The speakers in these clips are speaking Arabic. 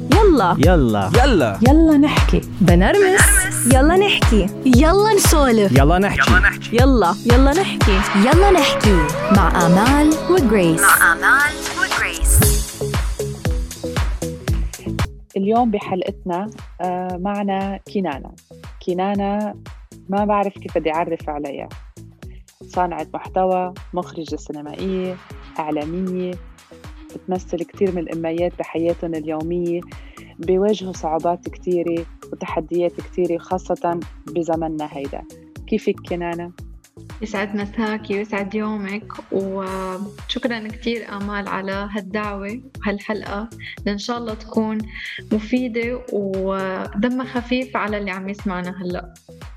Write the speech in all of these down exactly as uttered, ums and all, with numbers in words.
يلا يلا يلا يلا نحكي. بنرمس. يلا نحكي. يلا نسولف. يلا نحكي. يلا يلا نحكي. يلا نحكي مع آمال وغريس. مع آمال وغريس. اليوم بحلقتنا آه معنا كنانة. كنانة ما بعرف كيف بدي أعرف عليها. صانعة محتوى، مخرجة سينمائية، إعلامية، بتمثل كتير من الأميات بحياتهم اليومية، بيواجهوا صعوبات كتيرة وتحديات كتيرة خاصة بزمننا هيدا. كيفك كنانة؟ يسعد مساكي ويسعد يومك، وشكرا كتير آمال على هالدعوة وهالحلقة، إن شاء الله تكون مفيدة ودمها خفيف على اللي عم يسمعنا هلأ.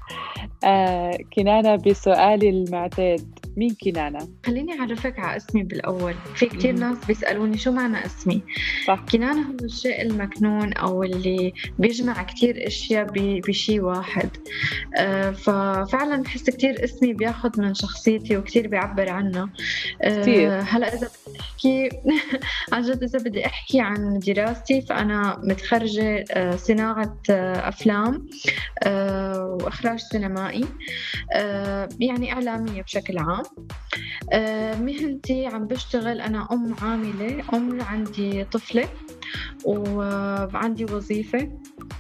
آه كنانة، بسؤالي المعتاد، مين كنانة؟ خليني أعرفك على اسمي بالأول. في كتير ناس بيسألوني شو معنى اسمي. صح. كنانة هو الشيء المكنون أو اللي بيجمع كتير أشياء بشيء واحد. آه ففعلا بحس كتير اسمي بياخد من شخصيتي وكتير بيعبر عنها. آه هلأ إذا بدي أحكي عن جد، إذا بدي أحكي عن دراستي، فأنا متخرجة آه صناعة آه أفلام آه وإخراج سينمائي، آه يعني إعلامية بشكل عام. آه مهنتي عم بشتغل، أنا أم عاملة، أم عندي طفلة وعندي وظيفة،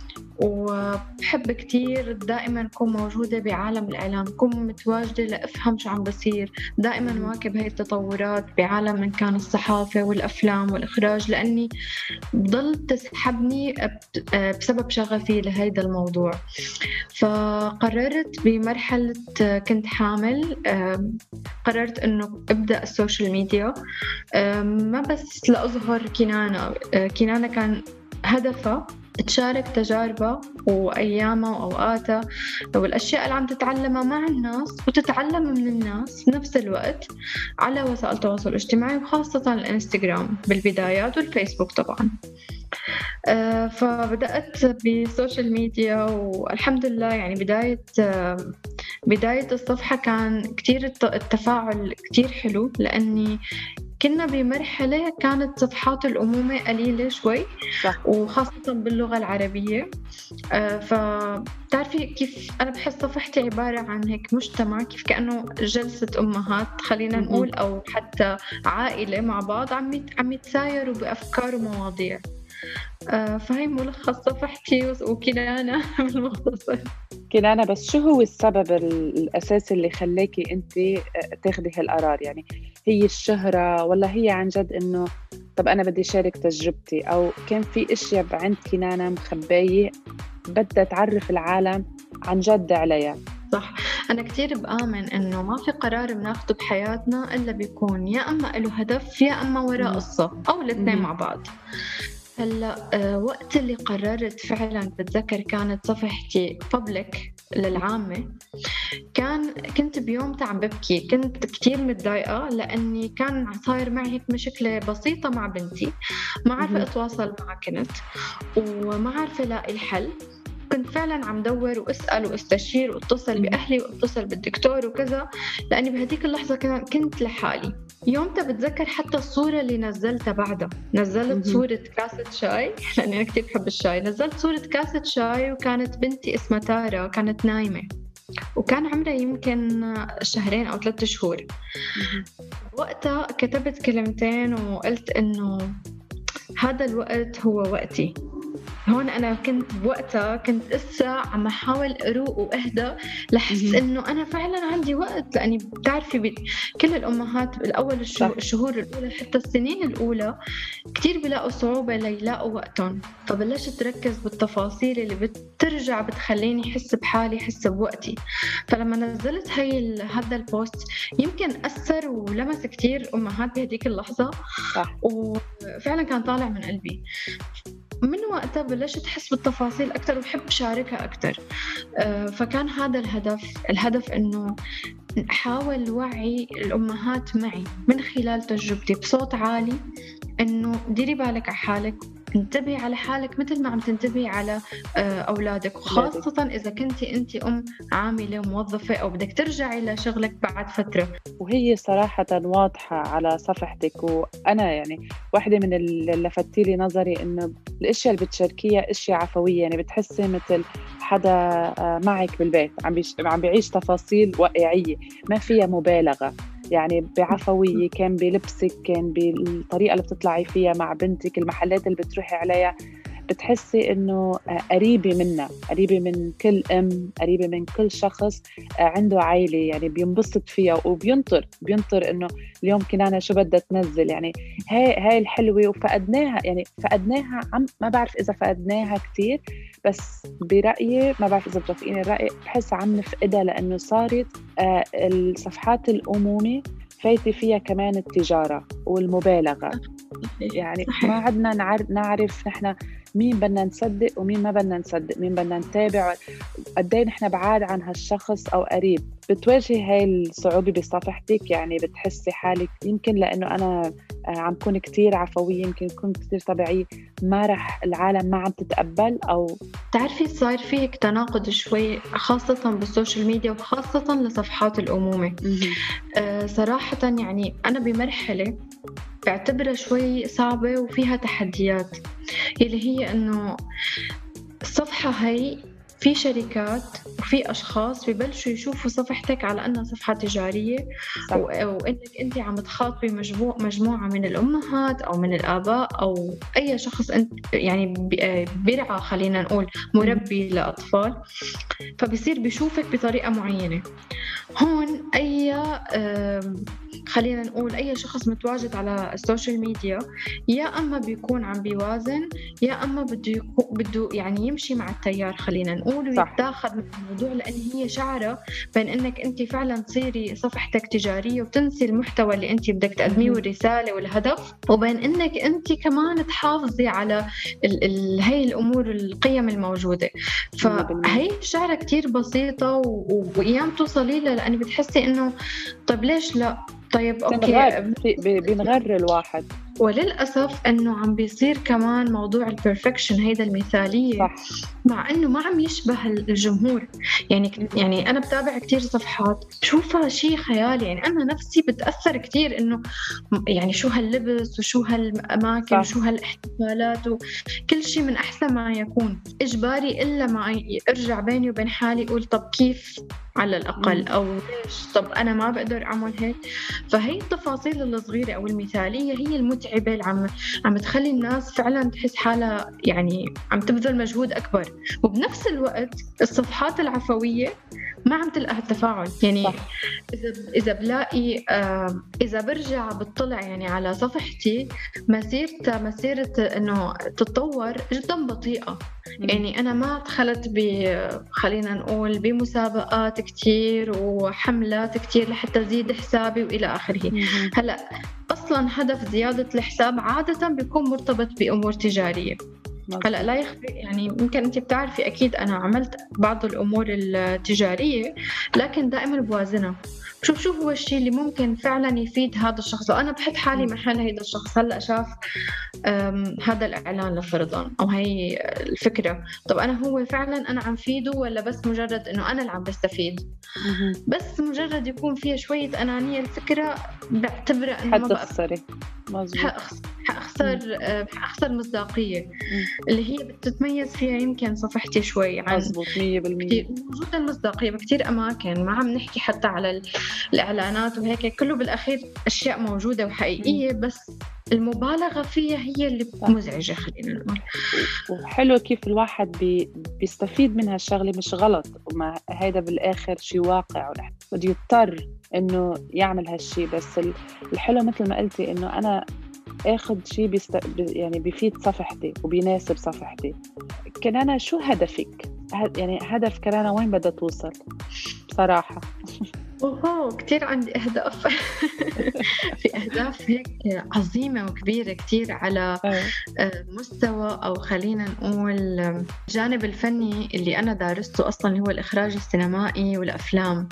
وبحب كتير دائما أكون موجودة بعالم الإعلام، أكون متواجدة لأفهم شو عم بصير، دائما مواكب هاي التطورات بعالم من كان الصحافة والأفلام والإخراج، لأني بضل تسحبني بسبب شغفي لهيدا الموضوع. فقررت بمرحلة كنت حامل، قررت أنه أبدأ السوشيال ميديا، ما بس لأظهر كنانة. كنانة كان هدفها تشارك تجاربها وأيامها وأوقاتها والأشياء اللي عم تتعلمها مع الناس وتتعلم من الناس في نفس الوقت على وسائل التواصل الاجتماعي، وخاصة الانستغرام بالبدايات والفيسبوك طبعا. آه فبدأت بالسوشيال ميديا، والحمد لله يعني بداية آه بداية الصفحة كان كتير التفاعل كتير حلو، لأني كنا بمرحلة كانت صفحات الأمومة قليلة شوي. صح. وخاصة باللغة العربية. آه فتعرفي كيف أنا بحس صفحتي عبارة عن هيك مجتمع، كيف كأنه جلسة أمهات خلينا نقول، أو حتى عائلة مع بعض عم عم يتسايروا بأفكار ومواضيع. آه فهي ملخص صفحتي وكنانة بالمختصر. كنانة، بس شو هو السبب الأساسي اللي خليكي أنت تاخدي هالقرار؟ يعني هي الشهرة، ولا هي عن جد إنه طب أنا بدي شارك تجربتي، أو كان في إشياء عند كنانة مخباية بدها تعرف العالم عن جد عليها؟ صح. أنا كتير بآمن إنه ما في قرار بناخده بحياتنا إلا بيكون يا أما له هدف يا أما وراء قصة، أو الاثنين مع بعض. هلا أه وقت اللي قررت فعلا بتذكر كانت صفحتي بابليك للعامة، كان كنت بيوم عم ببكي، كنت كتير متضايقة لأني كان صاير معي هيك مشكلة بسيطة مع بنتي، ما عارفة أتواصل معها كنت، وما عارفة لاقي الحل. كنت فعلا عم دور واسأل واستشير واتصل بأهلي واتصل بالدكتور وكذا، لأني بهديك اللحظة كنت لحالي. يومتها بتذكر حتى الصورة اللي نزلتها بعدها، نزلت صورة كاسة شاي، لأني أنا كتير بحب الشاي، نزلت صورة كاسة شاي وكانت بنتي اسمها تارا، كانت نايمة وكان عمرها يمكن شهرين أو ثلاثة شهور. وقتها كتبت كلمتين وقلت إنه هذا الوقت هو وقتي. هون أنا كنت بوقتها كنت إسا عم أحاول أروق وأهدى لحس إنه أنا فعلا عندي وقت، لأني بتعرفي كل الأمهات بالأول الشهور الأولى حتى السنين الأولى كتير بيلاقوا صعوبة ليلاقوا وقتهم. فبلشت تركز بالتفاصيل اللي بترجع بتخليني حس بحالي، حس بوقتي. فلما نزلت هاي هذا البوست يمكن أثر ولمس كتير أمهات بهديك اللحظة. صح. وفعلا كان طالع من قلبي. من وقتها بلشت أحس بالتفاصيل أكتر وبحب أشاركها أكتر. فكان هذا الهدف الهدف إنه أحاول وعي الأمهات معي من خلال تجربتي بصوت عالي، إنه ديري بالك على حالك انتبهي على حالك مثل ما عم تنتبهي على آه، أولادك، وخاصة إذا كنتي أنت أم عاملة موظفة أو بدك ترجعي لشغلك بعد فترة. وهي صراحة واضحة على صفحتك، وأنا يعني واحدة من اللي لفتي لي نظري إنه الأشياء اللي بتشاركيها أشياء عفوية، يعني بتحسي مثل حدا آه، معك بالبيت عم بيش عم بيعيش تفاصيل واقعية، ما فيها مبالغة، يعني بعفوية، كان بلبسك، كان بالطريقة اللي بتطلعي فيها مع بنتك، المحلات اللي بتروحي عليها، بتحسي إنه آه، قريبة منا، قريبة من كل أم، قريبة من كل شخص آه، عنده عائلة، يعني بينبسط فيها وبينطر بينطر إنه اليوم كنانة شو بدها تنزل. يعني هاي هاي الحلوة وفقدناها، يعني فقدناها، عم ما بعرف إذا فقدناها كتير، بس برأيي ما بعرف إذا بتوافقيني الرأي، بحس عم نفقدها لأنه صارت آه، الصفحات الأمومة فايتة فيها كمان التجارة والمبالغة. يعني ما عدنا نعرف, نعرف نحن مين بدنا نصدق ومين ما بدنا نصدق، مين بدنا نتابع، قديه نحن بعاد عن هالشخص أو قريب. بتواجهي هاي الصعوبة بصفحتك؟ يعني بتحسي حالك يمكن لأنه أنا عم كون كتير عفوية، يمكن كون كتير طبيعية، ما رح العالم ما عم تتقبل؟ أو تعرفي صار فيه تناقض شوي خاصة بالسوشيال ميديا وخاصة لصفحات الأمومة. أه صراحة يعني أنا بمرحلة بعتبرها شوي صعبة وفيها تحديات، اللي هي إنه الصفحة هي في شركات وفي أشخاص بيبلشوا يشوفوا صفحتك على أنها صفحة تجارية، وإنك أنت عم تخاطبي مجموع مجموعة من الأمهات أو من الآباء أو أي شخص أنت يعني بيرعى، خلينا نقول مربي لأطفال، فبيصير بيشوفك بطريقة معينة. هون أي خلينا نقول أي شخص متواجد على السوشيال ميديا يا أما بيكون عم بيوازن، يا أما بده بده يعني يمشي مع التيار، خلينا نقول، ويتاخد من الموضوع، لأن هي شعرة بين إنك أنت فعلا تصيري صفحتك تجارية وتنسي المحتوى اللي أنت بدك تقدميه والرسالة والهدف، وبين إنك أنت كمان تحافظي على ال ال هاي الأمور القيم الموجودة. فهي شعرة كتير بسيطة وأيام توصلي لها، لأن بتحسي إنه طيب ليش لا، طيب أوكي بنغر الواحد. وللأسف أنه عم بيصير كمان موضوع البرفكشن، هيدا المثالية، صح. مع أنه ما عم يشبه الجمهور. يعني يعني أنا بتابع كتير صفحات بشوفها شيء خيالي، يعني أنا نفسي بتأثر كتير إنه يعني شو هاللبس وشو هالأماكن وشو هالاحتفالات وكل شيء من أحسن ما يكون، إجباري إلا ما أرجع بيني وبين حالي أقول طب كيف على الأقل، أو ليش طب أنا ما بقدر أعمل هيك. فهي التفاصيل الصغيرة أو المثالية هي المتعبة اللي عم عم تخلي الناس فعلا تحس حالها يعني عم تبذل مجهود أكبر، وبنفس الوقت الصفحات العفوية ما عم تلقى التفاعل. يعني صح. إذا إذا بلاقي آه إذا برجع بطلع يعني على صفحتي مسيرة مسيرة إنه تتطور جدا بطيئة. يعني أنا ما دخلت ب خلينا نقول بمسابقات كتير وحملات كتير لحتى زيد حسابي وإلى آخره. هلأ أصلاً هدف زيادة الحساب عادة بيكون مرتبط بأمور تجارية. هلأ لا يخفي يعني يمكن أنت بتعرفي أكيد أنا عملت بعض الأمور التجارية، لكن دائماً بوازنها شوف شو هو الشيء اللي ممكن فعلا يفيد هذا الشخص، وأنا بحط حالي محل هذا الشخص. هلأ شاف هذا الإعلان لفرضاً أو هي الفكرة، طب أنا هو فعلا أنا عم فيده ولا بس مجرد إنه أنا اللي عم بستفيد؟ بس مجرد يكون فيها شوية أنانية الفكرة بعتبرها إنه ما بقى حأخسر حأخسر مصداقية اللي هي بتتميز فيها يمكن صفحتي شوي عن مية بالمية وجود المصداقية بكتير أماكن. ما عم نحكي حتى على الإعلانات وهيك، كله بالأخير أشياء موجودة وحقيقية، بس المبالغة فيها هي اللي مزعجة خلينا نقول. وحلو كيف الواحد بي بيستفيد من هالشغلة، مش غلط، وما هيدا بالآخر شيء واقع بده يضطر إنه يعمل هالشي. بس الحلو مثل ما قلتي إنه أنا أخذ شيء بيست... يعني بيفيد صفحتي وبيناسب صفحتي. كنانة شو هدفك؟ يعني هدف كنانة وين بدها توصل بصراحة؟ أوه كتير عندي أهداف. في أهداف هيك عظيمة وكبيرة كتير على مستوى أو خلينا نقول الجانب الفني اللي أنا دارسته أصلاً، اللي هو الإخراج السينمائي والأفلام.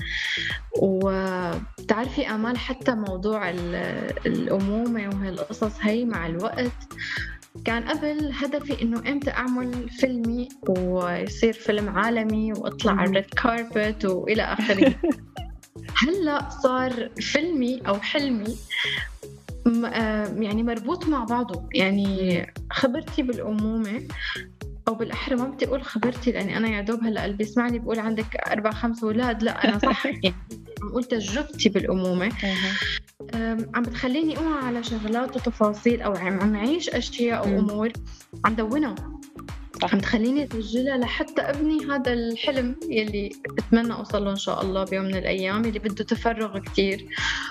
وتعرفي آمال حتى موضوع الأمومة وهالقصص هي مع الوقت كان قبل هدفي إنه إمتى أعمل فيلمي ويصير فيلم عالمي وأطلع على الريد كاربت وإلى آخره. هلأ صار فيلمي أو حلمي يعني مربوط مع بعضه. يعني خبرتي بالأمومة، أو بالأحرى ما بدي أقول خبرتي لأني أنا يا دوب هلأ اللي بيسمعني بقول عندك أربع خمس أولاد، لا أنا صح يعني عم أقول تجربتي بالأمومة عم بتخليني أوعى على شغلات وتفاصيل، أو عم أعيش أشياء أو أمور عم دونها، عم تخليني أسجلها لحتى أبني هذا الحلم يلي بتمنى أوصله إن شاء الله بيوم من الأيام، اللي بده تفرغ كتير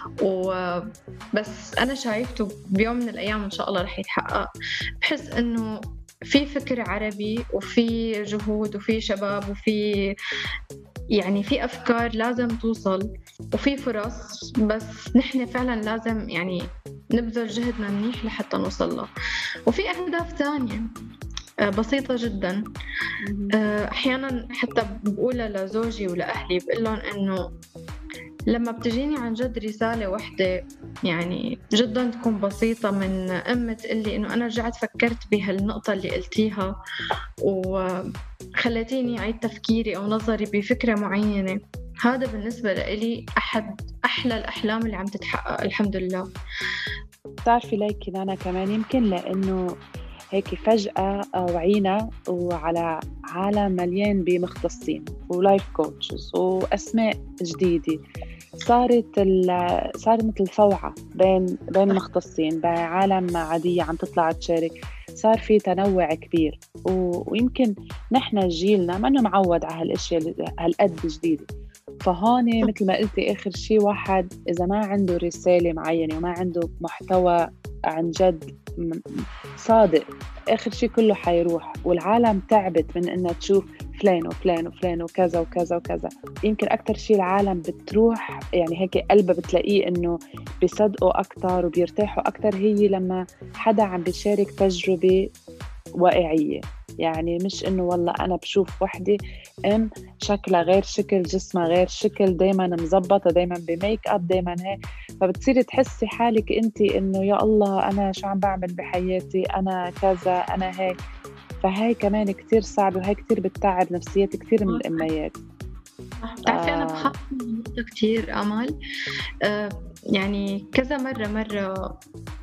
وبس أنا شايفته بيوم من الأيام إن شاء الله رح يتحقق. بحس إنه في فكر عربي وفي جهود وفي شباب وفي يعني في أفكار لازم توصل وفي فرص، بس نحن فعلا لازم يعني نبذل جهدنا منيح لحتى نوصل له. وفي أهداف تانية بسيطة جدا، أحيانا حتى بقولها لزوجي ولأهلي، بقول لهم إنه لما بتجيني عن جد رسالة واحدة يعني جدا تكون بسيطة من أم تقلي إنه أنا رجعت فكرت بهالنقطة اللي قلتيها وخلتيني أعيد تفكيري أو نظري بفكرة معينة، هذا بالنسبة لي أحد أحلى الأحلام اللي عم تتحقق الحمد لله. تعرفي ليكي أنا كمان يمكن لأنه هيك فجأة وعينا وعلى عالم مليان بمختصين ولايف كوتشز وأسماء جديدة، صارت صار مثل فوعة بين بين المختصين بعالم عادية عم تطلع تشارك، صار في تنوع كبير. ويمكن نحن جيلنا ما إنه معود على هالأشياء هالقد جديدة، فهون مثل ما قلتي آخر شيء واحد إذا ما عنده رسالة معينة وما عنده محتوى عن جد صادق، آخر شيء كله حيروح. والعالم تعبت من إنها تشوف فلان وفلان وفلان وكذا وكذا وكذا. يمكن أكتر شيء العالم بتروح يعني هيك قلبه بتلاقيه إنه بيصدقوا أكتر وبيرتاحوا أكتر هي لما حدا عم بيشارك تجربة واقعية. يعني مش إنه والله أنا بشوف وحدة إم شكلها غير شكل، جسمها غير شكل، دايما مزبطة، دايما بميك أب، دايما هيك، فبتصيري تحسي حالك أنت إنه يا الله أنا شو عم بعمل بحياتي، أنا كذا، أنا هيك. فهاي كمان كتير صعب وهاي كتير بتتعب نفسيات كتير من الأميات. بتعرفي أنا بخاف من النقطة كتير أمل، آه يعني كذا مرة مرة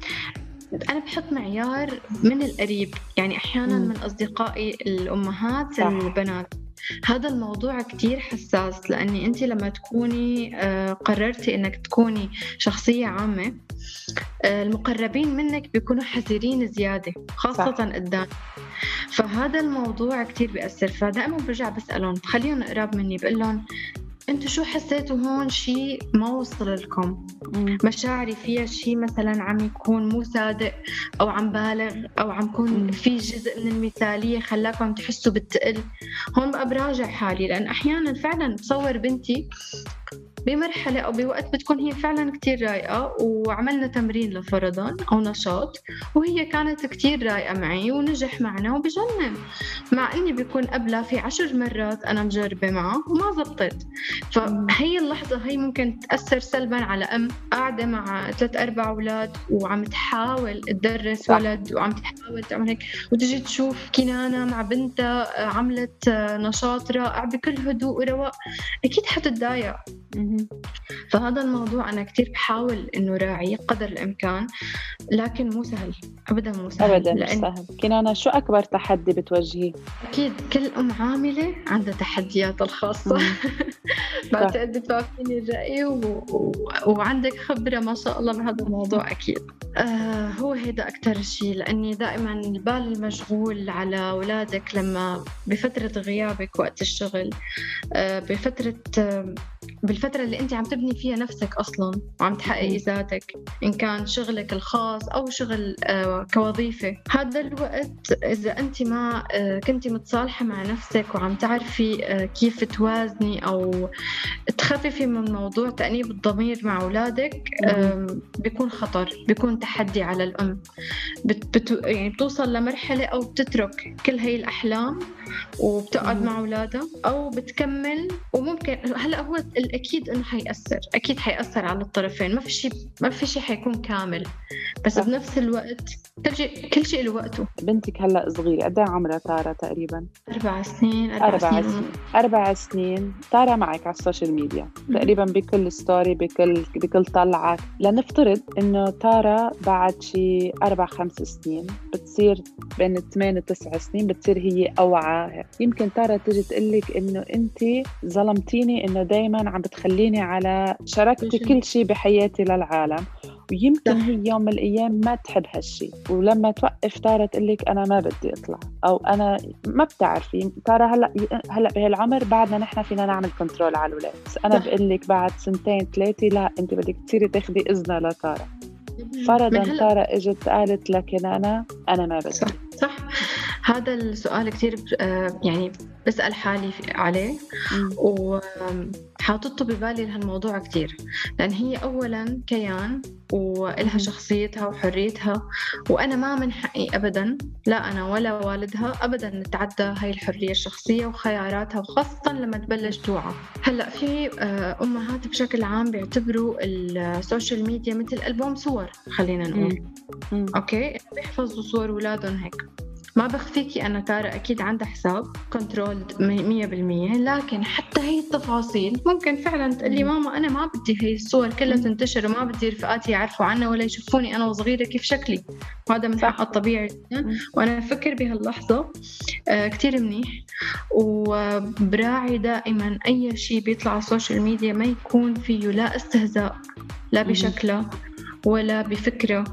أنا بحط معيار من القريب، يعني أحياناً من أصدقائي الأمهات صح. البنات هذا الموضوع كتير حساس، لأني أنت لما تكوني قررتي أنك تكوني شخصية عامة المقربين منك بيكونوا حذرين زيادة خاصة صح. قدام، فهذا الموضوع كتير بيأثر. فدائما برجع بسألهم خليهم قراب مني، بقول لهم انتوا شو حسيتوا هون شيء ما وصل لكم، مشاعري فيها شيء مثلا عم يكون مو صادق او عم بالغ او عم يكون في جزء من المثالية خلاكم تحسوا بالتقل. هون بقى براجع حالي، لان احيانا فعلا بصور بنتي بمرحلة أو بوقت بتكون هي فعلا كتير رايقة وعملنا تمرين لفرضا أو نشاط وهي كانت كتير رايقة معي ونجح معنا وبجنن، مع أني بيكون قبلها في عشر مرات أنا مجربة معه وما زبطت. فهي اللحظة هي ممكن تأثر سلبا على أم قاعدة مع ثلاث أربع أولاد وعم تحاول تدرس ولد وعم تحاول تعمل هيك، وتجي تشوف كنانة مع بنتها عملت نشاط رائع بكل هدوء ورواء، أكيد حتتضايق. فهذا الموضوع أنا كتير بحاول إنه راعي قدر الإمكان، لكن مو سهل أبدا، مو سهل أبدا لأن... مش سهل. كنانا شو أكبر تحدي بتواجهيه؟ أكيد كل أم عاملة عندها تحديات الخاصة بعتقد بتوافقيني الرأي و... و... وعندك خبرة ما شاء الله بهذا الموضوع أكيد. آه هو هيدا أكتر شيء، لأني دائما البال المشغول على أولادك لما بفترة غيابك وقت الشغل، آه بفترة آه بالفترة اللي أنت عم تبني فيها نفسك أصلاً وعم تحققي ذاتك، إن كان شغلك الخاص أو شغل آه كوظيفة. هذا الوقت إذا أنت ما آه كنتي متصالحة مع نفسك وعم تعرفي آه كيف توازني أو تخففي من موضوع تأنيب الضمير مع أولادك، آه بيكون خطر، بيكون تحدي على الأم. بت بت يعني بتوصل لمرحلة أو بتترك كل هاي الأحلام وبتقعد مع أولادها، أو بتكمل. وممكن هلأ هو الأكيد إنه حيأثر، أكيد حيأثر على الطرفين، ما في شيء ما في شيء حيكون كامل، بس صح. بنفس الوقت كل شيء كل شيء له وقته. بنتك هلا صغيره، قد ايه عمرها تارا تقريبا؟ أربع سنين أربع, أربع سنين, سنين ونص. أربع سنين تارا معك على السوشيال ميديا مم. تقريبا بكل ستوري، بكل بكل طلعة. لنفترض إنه تارا بعد شي أربع خمس سنين بتصير بين ثمان وتسع سنين بتصير هي أوعى. يمكن تارا تجي تقلك إنه أنت ظلمتيني، إنه دايما عم بتخليني على شاركتي مم. كل شي بحياتي للعالم، ويمكن صح. هي يوم من الأيام ما تحب هالشي. ولما توقف تارا تقلك أنا ما بدي أطلع، أو أنا ما بتعرفي تارا هلا هلا بهالعمر بعدنا نحن فينا نعمل كنترول على الأولاد، بس أنا صح. بقول لك بعد سنتين ثلاثة لا، أنت بدك تصيري تاخدي إذنها لتارا. من فرضاً هلأ. تارا إجت قالت لك أنا أنا ما بدي. صح صح. هذا السؤال كتير آه، يعني بسأل حالي في- عليه، مم. وحاطته ببالي لهالموضوع كتير، لأن هي أولاً كيان وإلها مم. شخصيتها وحريتها، وأنا ما من حقي أبداً، لا أنا ولا والدها أبداً نتعدى هاي الحرية الشخصية وخياراتها، وخاصة لما تبلش توعى. هلأ في آه، أمهات بشكل عام بيعتبروا السوشيال ميديا مثل ألبوم صور، خلينا نقول مم. اوكي، بيحفظوا صور اولادهم هيك. ما بخفيكي أنا تارا أكيد عندها حساب كنترولد مية بالمية، لكن حتى هي التفاصيل ممكن فعلا تقلي ماما أنا ما بدي هي الصور كلها تنتشر، وما بدي رفقاتي يعرفوا عنها ولا يشوفوني أنا وصغيرة كيف شكلي، وهذا من حقها الطبيعي جدا. وأنا أفكر بهاللحظة آه كتير منيح، وبراعي دائما أي شيء بيطلع على السوشيال ميديا ما يكون فيه لا استهزاء لا بشكله ولا بفكرة،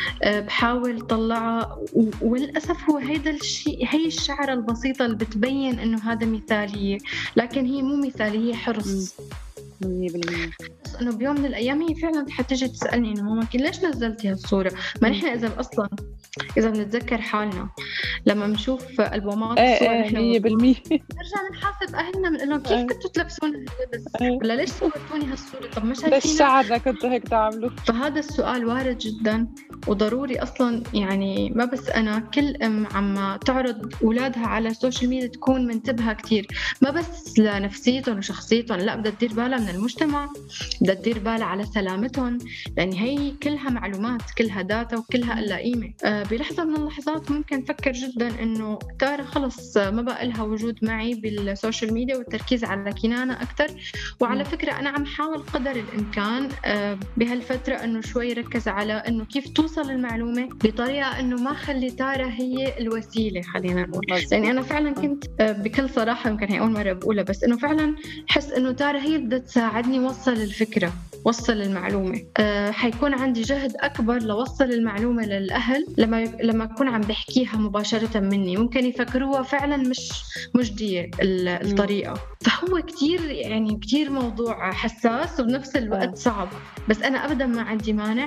بحاول طلعها. وللأسف هو هيدا الشيء، هي الشعرة البسيطة اللي بتبين إنه هذا مثالية، لكن هي مو مثالية، حرص مية بالمية. إنه بيوم من الأيام هي فعلا حتجي تسألني إنه ماما ليش نزلتي هالصورة؟ ما نحن إذا أصلا إذا بنتذكر حالنا لما نشوف ألبومات الصور ايه نحن مية بالمية نرجع نحاسب أهلنا بنقول لهم كيف كنتوا تلبسون هاللبس، ولا ليش صورتوني هالصورة، طب مش ليش شعرنا كنتوا هيك تعملوا؟ فهذا السؤال وارد جدا وضروري أصلا. يعني ما بس أنا، كل أم عم تعرض أولادها على السوشيال ميديا تكون منتبهة كتير، ما بس لنفسيتهم وشخصيتهم، لا بدها تدير بالها من المجتمع، بدها تدير بالها على سلامتهم، لأن هي كلها معلومات، كلها داتا وكلها إلا قيمة. أه بلحظة من اللحظات ممكن فكر جدا إنه تارا خلص ما بقى لها وجود معي بالسوشيال ميديا، والتركيز على كنانة أكتر. وعلى فكرة أنا عم حاول قدر الإمكان أه بهالفترة إنه شوي ركز على إنه كيف توصل المعلومة بطريقة إنه ما خلي تارا هي الوسيلة، خلينا نقول. لأني أنا فعلا كنت أه بكل صراحة، يمكن هي أول مرة بقولها، بس إنه فعلا حس إنه تارا هي بدها تساعدني وصل الفكرة، وصل المعلومة. أه حيكون عندي جهد أكبر لوصل المعلومة للأهل لما لما أكون عم بحكيها مباشرة مني، ممكن يفكروها فعلا مش مجدية الطريقة. فهو كتير يعني كتير موضوع حساس وبنفس الوقت صعب، بس أنا أبدا ما عندي مانع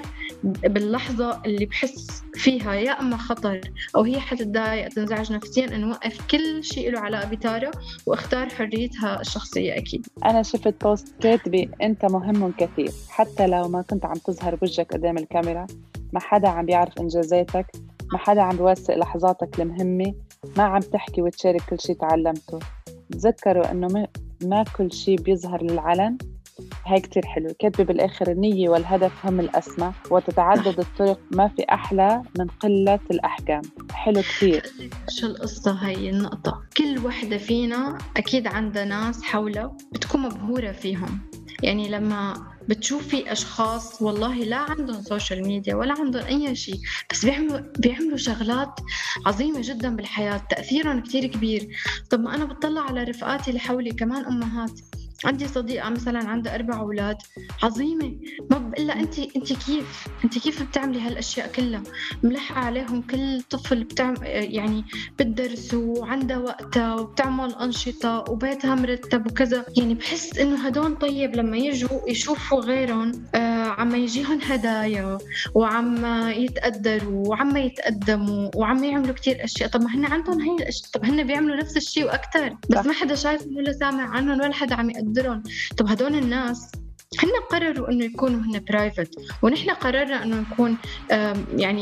باللحظة اللي بحس فيها يا أما خطر أو هي حتتضايق تنزعج نفسيا أن أوقف كل شيء له علاقة بتارا واختار حريتها الشخصية. أكيد أنا شفت بوست كاتبة أنت مهم كثير، حتى لو ما كنت عم تظهر بوجهك قدام الكاميرا، ما حدا عم بيعرف إنجازاتك، ما حدا عم بيوثق لحظاتك المهمة، ما عم تحكي وتشارك كل شيء تعلمته. تذكروا أنه ما, ما كل شيء بيظهر للعلن. هاي كتير حلو. كاتبة بالآخر النية والهدف هم الأسمى، وتتعدد الطرق ما في أحلى من قلة الأحكام. حلو كتير. شو القصة هاي النقطة، كل وحدة فينا أكيد عندها ناس حولها بتكون مبهورة فيهم. يعني لما بتشوفي أشخاص والله لا عندهم سوشيال ميديا ولا عندهم أي شيء، بس بيعملوا بيعملوا شغلات عظيمة جدا بالحياة، تأثيرهم كتير كبير. طب ما أنا بتطلع على رفقاتي اللي حولي كمان أمهات، عندي صديقة مثلا عندها أربع أولاد، عظيمة، ما بقول لها أنت أنت كيف أنت كيف بتعملي هالأشياء كلها، ملحقة عليهم كل طفل بتعمل، يعني بتدرسوا وعندها وقتها وبتعمل أنشطة وبيتها مرتب وكذا. يعني بحس إنه هدول طيب لما يجوا يشوفوا غيرهم آه عم يجيهم هدايا وعم يتقدروا وعم يتقدموا وعم يعملوا كتير أشياء، طب ما هن عندهم هاي الأشياء، طب هن بيعملوا نفس الشيء وأكتر، بس ما حدا شايفهم ولا سامع عنهم ولا حدا عم يقدرهم. طب هدول الناس هن قرروا انه يكونوا هن برايفت، ونحن قررنا انه نكون يعني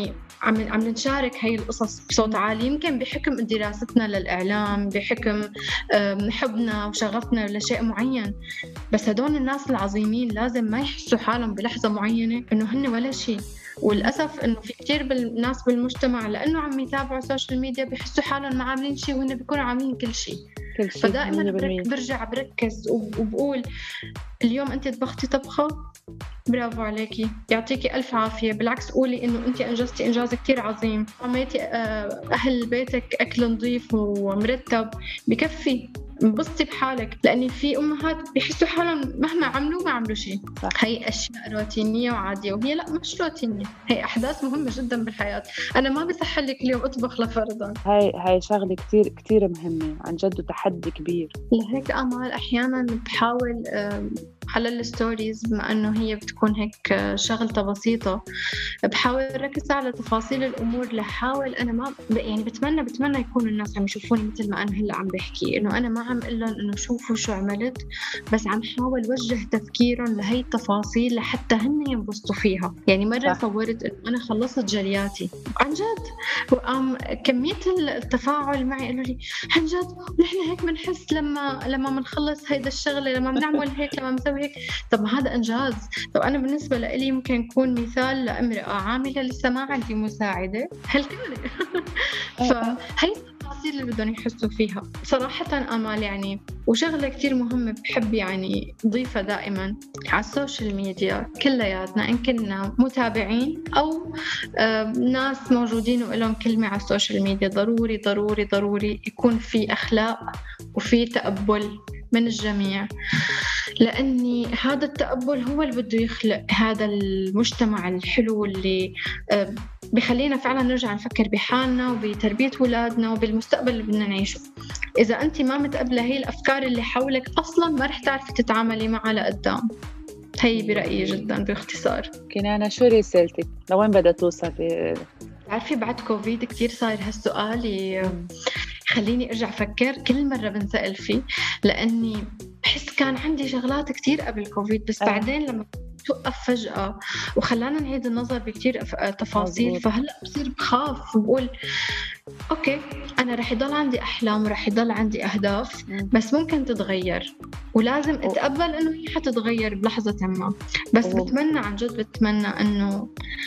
عم عم نشارك هاي القصص بصوت عالي، يمكن بحكم دراستنا للإعلام، بحكم حبنا وشغفنا لشيء معين. بس هدول الناس العظيمين لازم ما يحسوا حالهم بلحظة معينة إنه هن ولا شيء. والأسف إنه في كتير بالناس بالمجتمع لأنه عم يتابعوا السوشيال ميديا بيحسوا حالهم ما عاملين شيء وهن بيكونوا عاملين كل شيء. كل شيء فدائما برك برجع بركز وبقول اليوم أنت طبختي طبخة برافو عليكي، يعطيكي ألف عافية. بالعكس قولي إنه أنت أنجزتي إنجاز كتير عظيم، عميتي أهل بيتك أكل نظيف ومرتب، بكفي، انبسطي بحالك. لأن في أمهات بيحسوا حالهم مهما عملوا ما عملوا شيء. هي أشياء روتينية وعادية، وهي لا مش روتينية، هي أحداث مهمة جدا بالحياة. أنا ما بسحل لك اليوم أطبخ لفرضا، هاي هاي شغلة كتير كتير مهمة عن جد وتحدي كبير. لهيك أمال أحيانا بحاول على الستوريز بما أنه هي بتكون هيك شغلة بسيطة، بحاول ركز على تفاصيل الأمور، لحاول أنا ما يعني بتمنى بتمنى يكون الناس عم يشوفوني مثل ما أنا هلأ عم بحكي، إنه أنا ما عم أقول لهم إنه شوفوا شو عملت، بس عم حاول وجه تفكيرهم لهي التفاصيل لحتى هن ينبسطوا فيها. يعني مرة صورت إنه أنا خلصت جلياتي عن جد، وقام كمية التفاعل معي قالوا لي عن جد ونحن هيك بنحس لما لما بنخلص هيدا الشغلة، لما بنعمل هيك، لما بنسوي هيك. طب هذا إنجاز. طب أنا بالنسبة لإلي ممكن يكون مثال لامرأة عاملة لسه ما عندي مساعدة هالكلمة. فهي التفاصيل اللي بدهم يحسوا فيها صراحة أمال. يعني وشغلة كتير مهمة بحب يعني ضيفة دائما على السوشيال ميديا كلياتنا، إن كنا متابعين أو آه ناس موجودين ولهم كلمة على السوشيال ميديا، ضروري ضروري ضروري يكون في أخلاق وفي تقبل من الجميع، لأني هذا التقبل هو اللي بده يخلق هذا المجتمع الحلو اللي بخلينا فعلا نرجع نفكر بحالنا وبتربية أولادنا وبالمستقبل اللي بدنا نعيشه. إذا أنت ما متقبلة هي الأفكار اللي حولك أصلا ما رح تعرفي تتعاملي معها لقدام. هي برأيي جدا باختصار. كنانة شو رسالتك؟ لوين بدها توصل؟ تعرفي بعد كوفيد كتير صاير هالسؤال خليني أرجع أفكر، كل مرة بنسأل فيه، لأني بحس كان عندي شغلات كتير قبل كوفيد، بس أه. بعدين لما توقف فجأة وخلانا نعيد النظر بكتير تفاصيل، مزبوط. فهلأ بصير بخاف وبقول أوكي أنا رح يضل عندي أحلام ورح يضل عندي أهداف، بس ممكن تتغير ولازم أتقبل إنه هي حتتغير بلحظة ما. بس أوه. بتمنى عن جد بتمنى إنه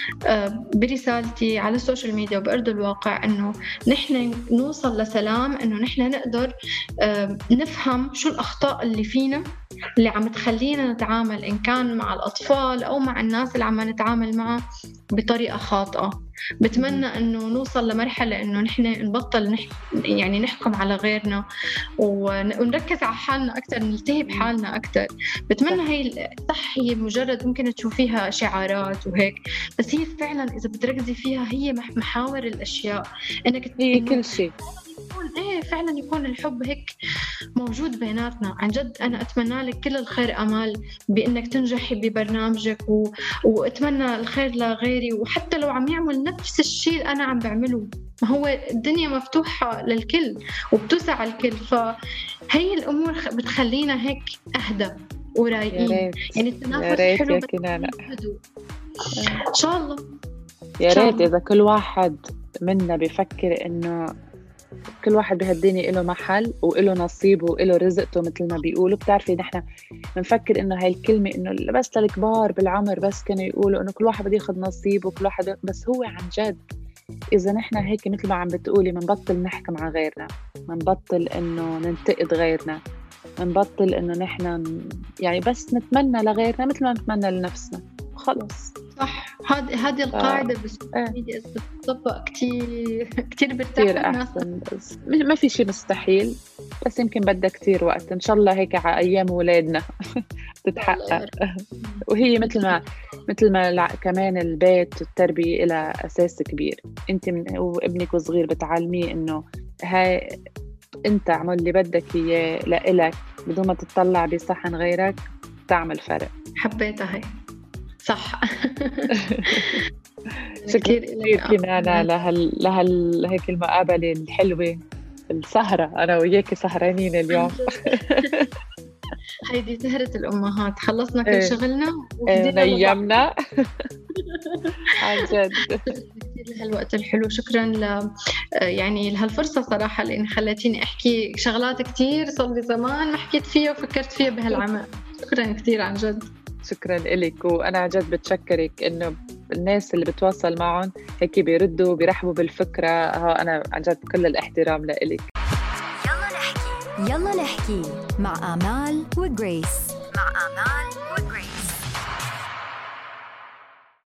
برسالتي على السوشيال ميديا وبأرض الواقع إنه نحن نوصل لسلام، إنه نحن نقدر نفهم شو الأخطاء اللي فينا اللي عم تخلينا نتعامل إن كان مع الأطفال أو مع الناس اللي عم نتعامل معها بطريقة خاطئة. بتمنى إنه نوصل لمرحلة إنه نحن نبطل نح... يعني نحكم على غيرنا ون... ونركز على حالنا أكتر، نلتهي بحالنا أكتر. بتمنى هي صح، هي مجرد ممكن تشوفيها شعارات وهيك، بس هي فعلا إذا بتركزي فيها هي محاور الأشياء، إنك هي كل شيء يكون إيه فعلا يكون الحب هيك موجود بيناتنا. عن جد أنا أتمنى لك كل الخير أمال بإنك تنجحي ببرنامجك و... وأتمنى الخير لغيري، وحتى لو عم يعمل نفس الشيء أنا عم بعمله، ما هو الدنيا مفتوحة للكل وبتوسع الكل، فهي الأمور بتخلينا هيك أهدى ورايقين. يعني التنافس حلو إن شاء الله. يا ريت إذا كل واحد منا بيفكر إنه كل واحد بهالدنيا له محل وله نصيب وله رزقته مثل ما بيقولوا. بتعرفي نحن بنفكر إنه هاي الكلمة إنه بس للكبار بالعمر بس كانوا يقولوا إنه كل واحد بده ياخد نصيب وكل واحد، بس هو عن جد إذا نحن هيك مثل ما عم بتقولي منبطل نحكم على غيرنا، منبطل إنه ننتقد غيرنا، منبطل إنه نحن يعني بس نتمنى لغيرنا مثل ما نتمنى لنفسنا خلص. صح، هذه هذه القاعدة ف... بس إذا تطبق كتير كتير برتاح الناس. بس ما في شيء مستحيل، بس يمكن بدها كتير وقت. إن شاء الله هيك على أيام ولادنا تتحقق. وهي مثل ما مثل ما كمان البيت والتربية إلى أساس كبير. أنت من وابنك صغير بتعلميه إنه هاي أنت عمل اللي بدك إياه لإلك بدون ما تطلع بصحن غيرك، تعمل فرق. حبيتها هاي صح. شكرا كثير كنانة لهال لهال هيك المقابلة الحلوة، السهرة أنا وياك سهرانين اليوم. هيدي سهرة الأمهات، خلصنا كل شغلنا ونيمنا عن جد. لهالوقت الحلو، شكرا ل يعني لهالفرصة صراحة لأن خلتيني أحكي شغلات كتير صار لي زمان ما حكيت فيها وفكرت فيها بهالعمق. شكرا كتير عن جد. شكرا إلك، وأنا عن جد بتشكرك إنه الناس اللي بتواصل معهم هيك بيردوا بيرحبوا بالفكرة. ها أنا عن جد كل الاحترام لإلك. يلا نحكي يلا نحكي مع آمال وجريس. مع آمال